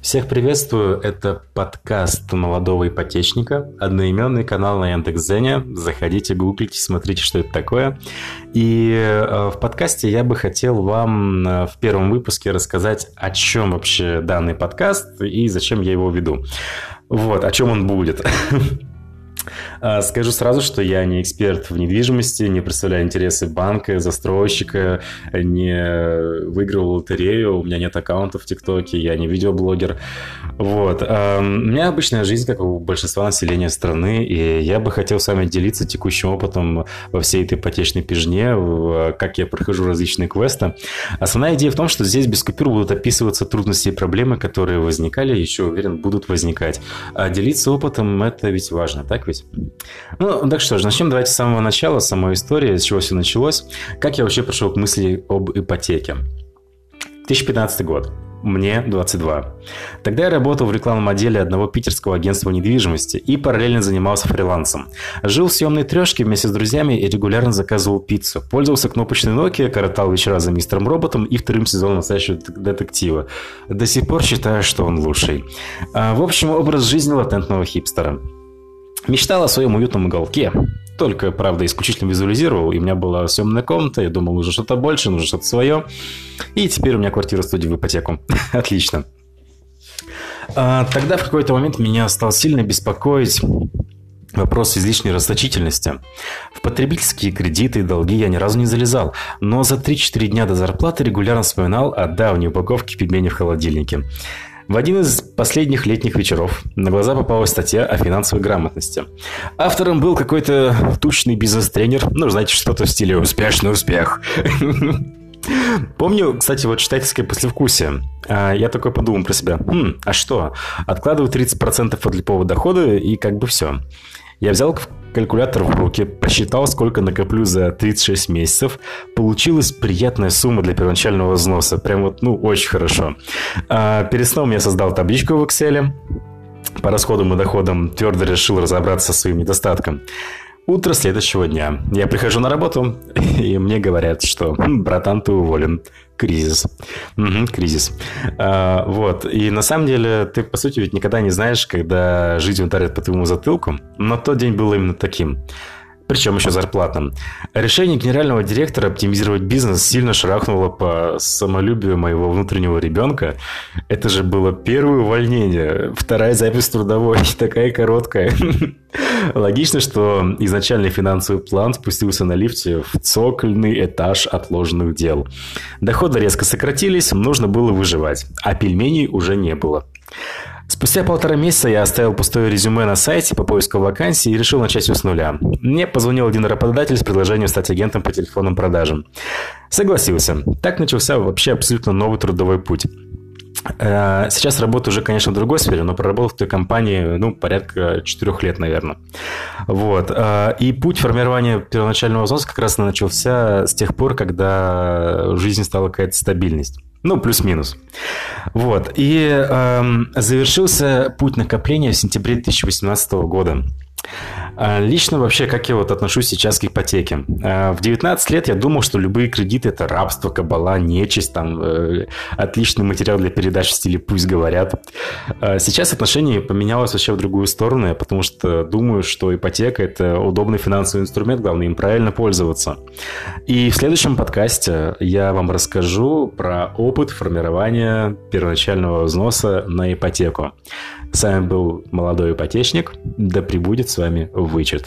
Всех приветствую, это подкаст молодого ипотечника, одноименный канал на Яндекс.Дзене. Заходите, гуглите, смотрите, что это такое. И в подкасте я бы хотел вам в первом выпуске рассказать, о чем вообще данный подкаст и зачем я его веду. Вот, о чем он будет. Скажу сразу, что я не эксперт в недвижимости, не представляю интересы банка, застройщика, не выигрывал лотерею, у меня нет аккаунта в ТикТоке, я не видеоблогер. Вот. У меня обычная жизнь, как у большинства населения страны, и я бы хотел с вами делиться текущим опытом во всей этой ипотечной пижне, как я прохожу различные квесты. Основная идея в том, что здесь без купюр будут описываться трудности и проблемы, которые возникали, еще уверен, будут возникать. А делиться опытом – это ведь важно, так ведь? Ну, так что же, начнем давайте с самого начала, с самой истории, с чего все началось. Как я вообще пришел к мысли об ипотеке? 2015 год. Мне 22. Тогда я работал в рекламном отделе одного питерского агентства недвижимости и параллельно занимался фрилансом. Жил в съемной трешке вместе с друзьями и регулярно заказывал пиццу. Пользовался кнопочной Nokia, коротал вечера за мистером Роботом и вторым сезоном настоящего детектива. До сих пор считаю, что он лучший. В общем, образ жизни латентного хипстера. Мечтал о своем уютном уголке. Только, правда, исключительно визуализировал. И у меня была съемная комната. Я думал, нужно что-то больше, нужно что-то свое. И теперь у меня квартира-студия в ипотеку. Отлично. Тогда в какой-то момент меня стал сильно беспокоить вопрос излишней расточительности. В потребительские кредиты и долги я ни разу не залезал. Но за 3-4 дня до зарплаты регулярно вспоминал о давней упаковке пельменей в холодильнике. В один из последних летних вечеров на глаза попалась статья о финансовой грамотности. Автором был какой-то тучный бизнес-тренер. Ну, знаете, что-то в стиле «успешный успех». Помню, кстати, вот читательское послевкусие. Я такой подумал про себя. А что? Откладываю 30% от липового дохода и как бы все. Я взял калькулятор в руки, посчитал, сколько накоплю за 36 месяцев. Получилась приятная сумма для первоначального взноса. Прям вот, очень хорошо. Перед сном я создал табличку в Excel. По расходам и доходам твердо решил разобраться со своим недостатком. Утро следующего дня. Я прихожу на работу, и мне говорят, что «братан, ты уволен». Кризис. Кризис. Вот. И на самом деле ты, по сути, ведь никогда не знаешь, когда жизнь ударит по твоему затылку. Но тот день был именно таким. Причем еще зарплатным. Решение генерального директора оптимизировать бизнес сильно шарахнуло по самолюбию моего внутреннего ребенка. Это же было первое увольнение. Вторая запись трудовой, такая короткая. Логично, что изначальный финансовый план спустился на лифте в цокольный этаж отложенных дел. Доходы резко сократились, нужно было выживать, а пельменей уже не было. Спустя 1,5 месяца я оставил пустое резюме на сайте по поиску вакансий и решил начать все с нуля. Мне позвонил один работодатель с предложением стать агентом по телефонным продажам. Согласился. Так начался вообще абсолютно новый трудовой путь. Сейчас работаю уже, конечно, в другой сфере, но проработал в той компании, порядка 4 лет, наверное. Вот. И путь формирования первоначального взноса как раз начался с тех пор, когда в жизни стала какая-то стабильность. Плюс-минус. Вот. И завершился путь накопления в сентябре 2018 года. Лично вообще, как я отношусь сейчас к ипотеке. В 19 лет я думал, что любые кредиты – это рабство, кабала, нечисть, отличный материал для передач в стиле «пусть говорят». Сейчас отношение поменялось вообще в другую сторону, потому что думаю, что ипотека – это удобный финансовый инструмент, главное им правильно пользоваться. И в следующем подкасте я вам расскажу про опыт формирования первоначального взноса на ипотеку. С вами был молодой ипотечник. Да пребудет с вами вычет.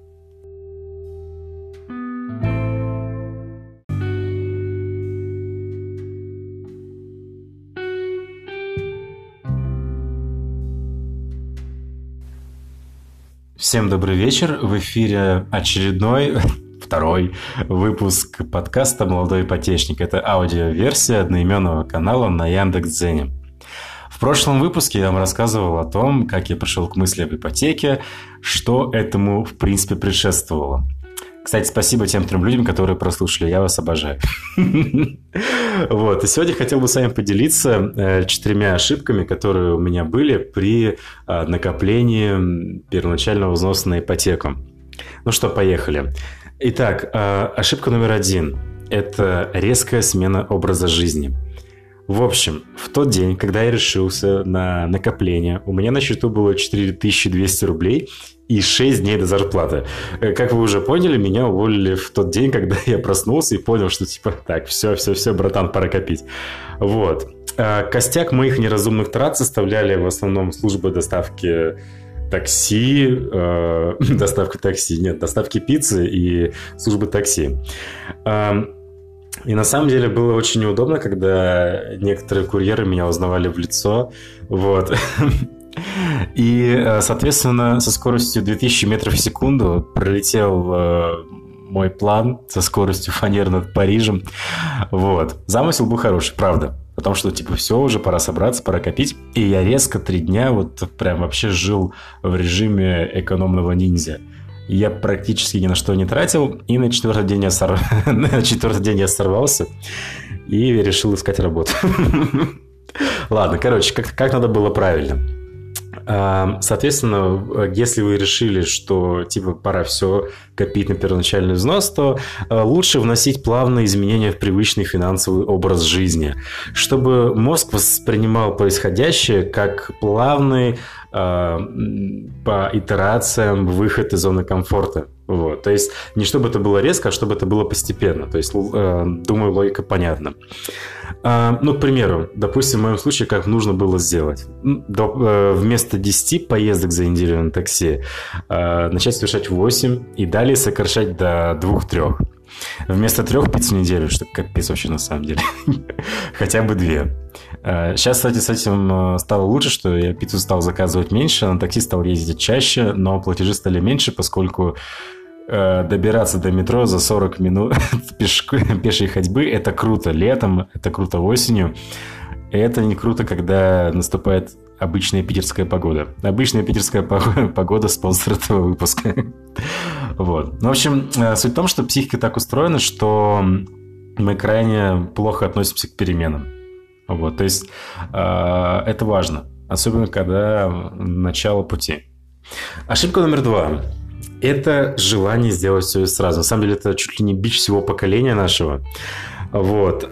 Всем добрый вечер. В эфире очередной, второй выпуск подкаста «Молодой ипотечник». Это аудиоверсия одноименного канала на Яндекс.Дзене. В прошлом выпуске я вам рассказывал о том, как я пришел к мысли об ипотеке, что этому, в принципе, предшествовало. Кстати, спасибо тем 3 людям, которые прослушали. Я вас обожаю. Вот. И сегодня хотел бы с вами поделиться 4 ошибками, которые у меня были при накоплении первоначального взноса на ипотеку. Ну что, поехали. Итак, ошибка номер 1 – это резкая смена образа жизни. В общем, в тот день, когда я решился на накопление, у меня на счету было 4200 рублей и 6 дней до зарплаты. Как вы уже поняли, меня уволили в тот день, когда я проснулся и понял, что типа, так, все, братан, пора копить. Вот. Костяк моих неразумных трат составляли в основном службы доставки такси, доставки пиццы и службы такси. И на самом деле было очень неудобно, когда некоторые курьеры меня узнавали в лицо. Вот. И, соответственно, со скоростью 2000 метров в секунду пролетел мой план со скоростью фанер над Парижем. Вот. Замысел был хороший, правда. Потому что, типа, все, уже пора собраться, пора копить. И я резко 3 дня вот прям вообще жил в режиме экономного ниндзя. Я практически ни на что не тратил, и на 4-й день я сорвался и решил искать работу. Ладно, короче, как надо было правильно. Соответственно, если вы решили, что типа пора все копить на первоначальный взнос, то лучше вносить плавные изменения в привычный финансовый образ жизни, чтобы мозг воспринимал происходящее как плавный по итерациям выход из зоны комфорта. Вот. То есть не чтобы это было резко, а чтобы это было постепенно. То есть, думаю, логика понятна. Ну, к примеру, допустим, в моем случае, как нужно было сделать. Вместо 10 поездок за неделю на такси начать совершать 8 и далее сокращать до 2-3. Вместо 3 пиц в неделю, что капец вообще на самом деле. Хотя бы 2. Сейчас, кстати, с этим стало лучше, что я пиццу стал заказывать меньше, на такси стал ездить чаще, но платежи стали меньше, поскольку добираться до метро за 40 минут пешей ходьбы – это круто летом, это круто осенью. И это не круто, когда наступает обычная питерская погода. Обычная питерская погода – спонсор этого выпуска. Вот. В общем, суть в том, что психика так устроена, что мы крайне плохо относимся к переменам. Вот. То есть это важно, особенно когда начало пути. Ошибка номер 2 – это желание сделать все сразу. На самом деле это чуть ли не бич всего поколения нашего. Вот.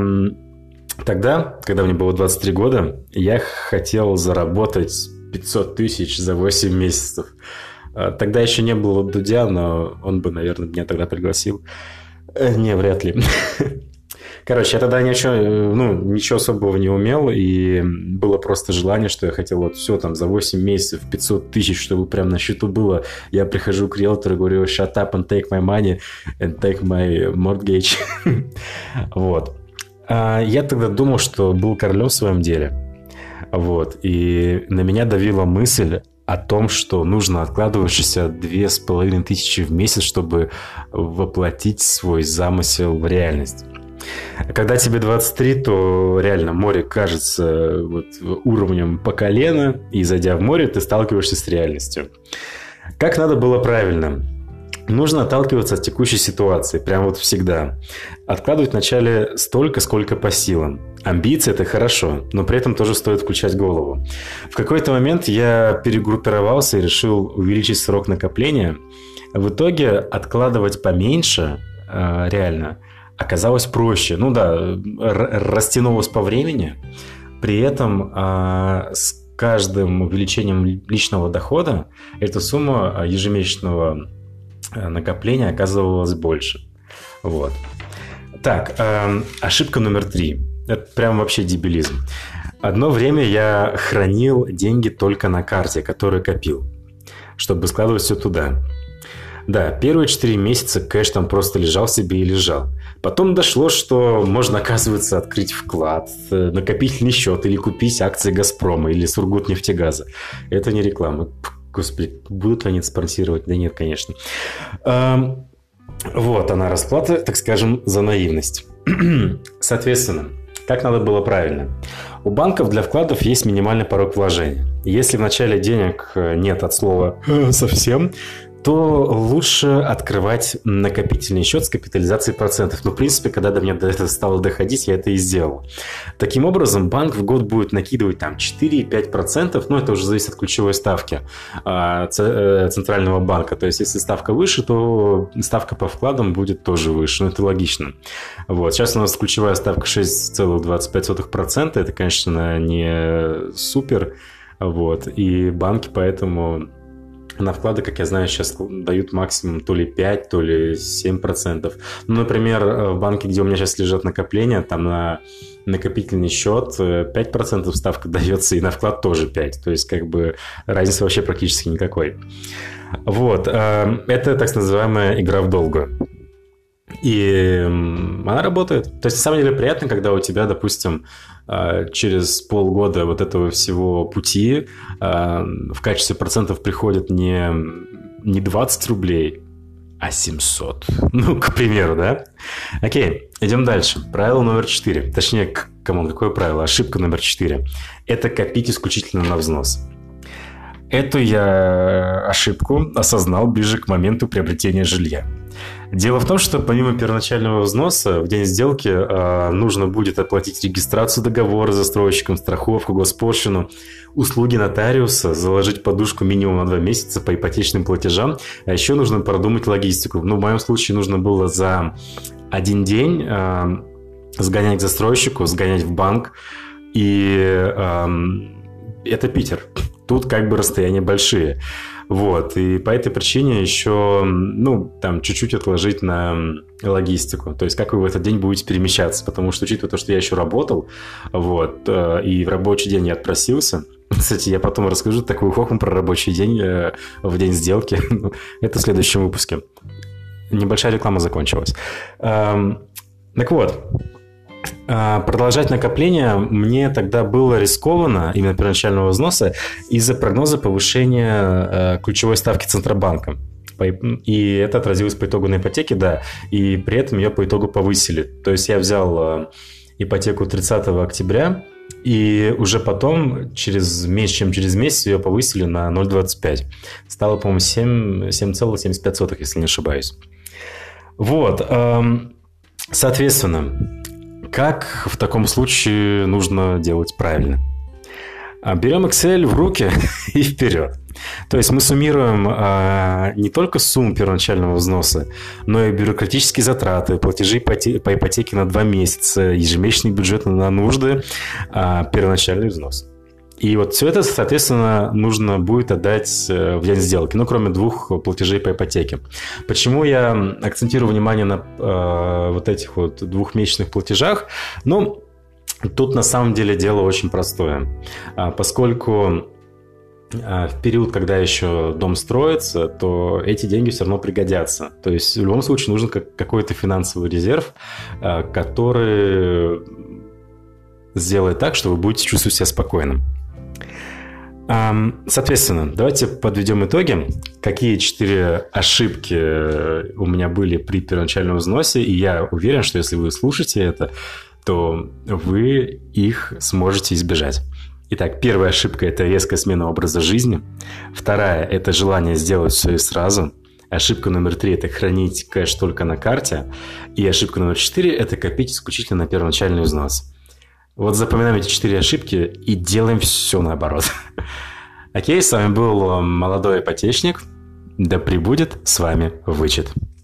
Тогда, когда мне было 23 года, я хотел заработать 500 тысяч за 8 месяцев. Тогда еще не было Дудя, но он бы, наверное, меня тогда пригласил. Не, вряд ли. Короче, я тогда ничего особого не умел, и было просто желание, что я хотел вот все там за 8 месяцев 500 тысяч, чтобы прям на счету было. Я прихожу к риэлтору и говорю: shut up and take my money and take my mortgage. Вот. Я тогда думал, что был королем в своем деле. Вот. И на меня давила мысль о том, что нужно откладывать 62,5 тысячи в месяц, чтобы воплотить свой замысел в реальность. Когда тебе 23, то реально море кажется вот уровнем по колено, и зайдя в море, ты сталкиваешься с реальностью. Как надо было правильно? Нужно отталкиваться от текущей ситуации, прям вот всегда. Откладывать вначале столько, сколько по силам. Амбиции – это хорошо, но при этом тоже стоит включать голову. В какой-то момент я перегруппировался и решил увеличить срок накопления. В итоге откладывать поменьше реально оказалось проще. Ну да, растянулось по времени. При этом с каждым увеличением личного дохода эта сумма ежемесячного накопления оказывалось больше. Вот. Так, ошибка номер 3. Это прям вообще дебилизм. Одно время я хранил деньги только на карте, которую копил, чтобы складывать все туда. Да, первые 4 месяца кэш там просто лежал себе и лежал. Потом дошло, что можно, оказывается, открыть вклад, накопительный счет или купить акции «Газпрома» или «Сургутнефтегаза». Это не реклама. Господи, будут ли они спонсировать? Да нет, конечно. Вот она расплата, так скажем, за наивность. Соответственно, как надо было правильно? У банков для вкладов есть минимальный порог вложения. Если в начале денег нет от слова «совсем», то лучше открывать накопительный счет с капитализацией процентов. Ну, в принципе, когда до меня до этого стало доходить, я это и сделал. Таким образом, банк в год будет накидывать там 4-5%, но это уже зависит от ключевой ставки Центрального банка. То есть, если ставка выше, то ставка по вкладам будет тоже выше. Ну, это логично. Вот. Сейчас у нас ключевая ставка 6,25%. Это, конечно, не супер. Вот. И банки поэтому... На вклады, как я знаю, сейчас дают максимум то ли 5, то ли 7%. Ну, например, в банке, где у меня сейчас лежат накопления, там на накопительный счет 5% ставка дается, и на вклад тоже 5%. То есть, как бы, разницы вообще практически никакой. Вот. Это так называемая игра в долгую. И она работает. То есть, на самом деле, приятно, когда у тебя, допустим, через полгода вот этого всего пути в качестве процентов приходит не 20 рублей, а 700. Ну, к примеру, да? Окей, идем дальше. Правило номер 4. Точнее, какое правило? Ошибка номер 4. Это копить исключительно на взнос. Эту я ошибку осознал ближе к моменту приобретения жилья. Дело в том, что помимо первоначального взноса в день сделки нужно будет оплатить регистрацию договора с застройщиком, страховку, госпошлину, услуги нотариуса, заложить подушку минимум на 2 месяца по ипотечным платежам, а еще нужно продумать логистику. Ну, в моем случае нужно было за один день сгонять к застройщику, сгонять в банк, и это Питер. Тут как бы расстояния большие. Вот, и по этой причине еще, ну, там, чуть-чуть отложить на логистику. То есть, как вы в этот день будете перемещаться. Потому что, учитывая то, что я еще работал, вот, и в рабочий день я отпросился. Кстати, я потом расскажу такую хохму про рабочий день в день сделки. Это в следующем выпуске. Небольшая реклама закончилась. Так вот, продолжать накопление мне тогда было рискованно, именно первоначального взноса, из-за прогноза повышения ключевой ставки Центробанка. И это отразилось по итогу на ипотеке, да, и при этом ее по итогу повысили. То есть я взял ипотеку 30 октября, и уже потом, меньше чем через месяц, ее повысили на 0,25. Стало, по-моему, 7,75, если не ошибаюсь. Вот, соответственно... Как в таком случае нужно делать правильно? Берем Excel в руки и вперед. То есть мы суммируем не только сумму первоначального взноса, но и бюрократические затраты, платежи по ипотеке на 2 месяца, ежемесячный бюджет на нужды, первоначальный взнос. И вот все это, соответственно, нужно будет отдать в день сделки, ну, кроме 2 платежей по ипотеке. Почему я акцентирую внимание на вот этих вот 2-месячных платежах? Ну, тут на самом деле дело очень простое. Поскольку в период, когда еще дом строится, то эти деньги все равно пригодятся. То есть в любом случае нужен какой-то финансовый резерв, который сделает так, что вы будете чувствовать себя спокойным. Соответственно, давайте подведем итоги. Какие 4 ошибки у меня были при первоначальном взносе. И я уверен, что если вы слушаете это, то вы их сможете избежать. Итак, первая ошибка – это резкая смена образа жизни. Вторая – это желание сделать все и сразу. Ошибка номер 3 – это хранить кэш только на карте. И ошибка номер 4 – это копить исключительно на первоначальный взнос. Вот запоминаем эти 4 ошибки и делаем все наоборот. Окей, с вами был молодой ипотечник. Да пребудет с вами вычет.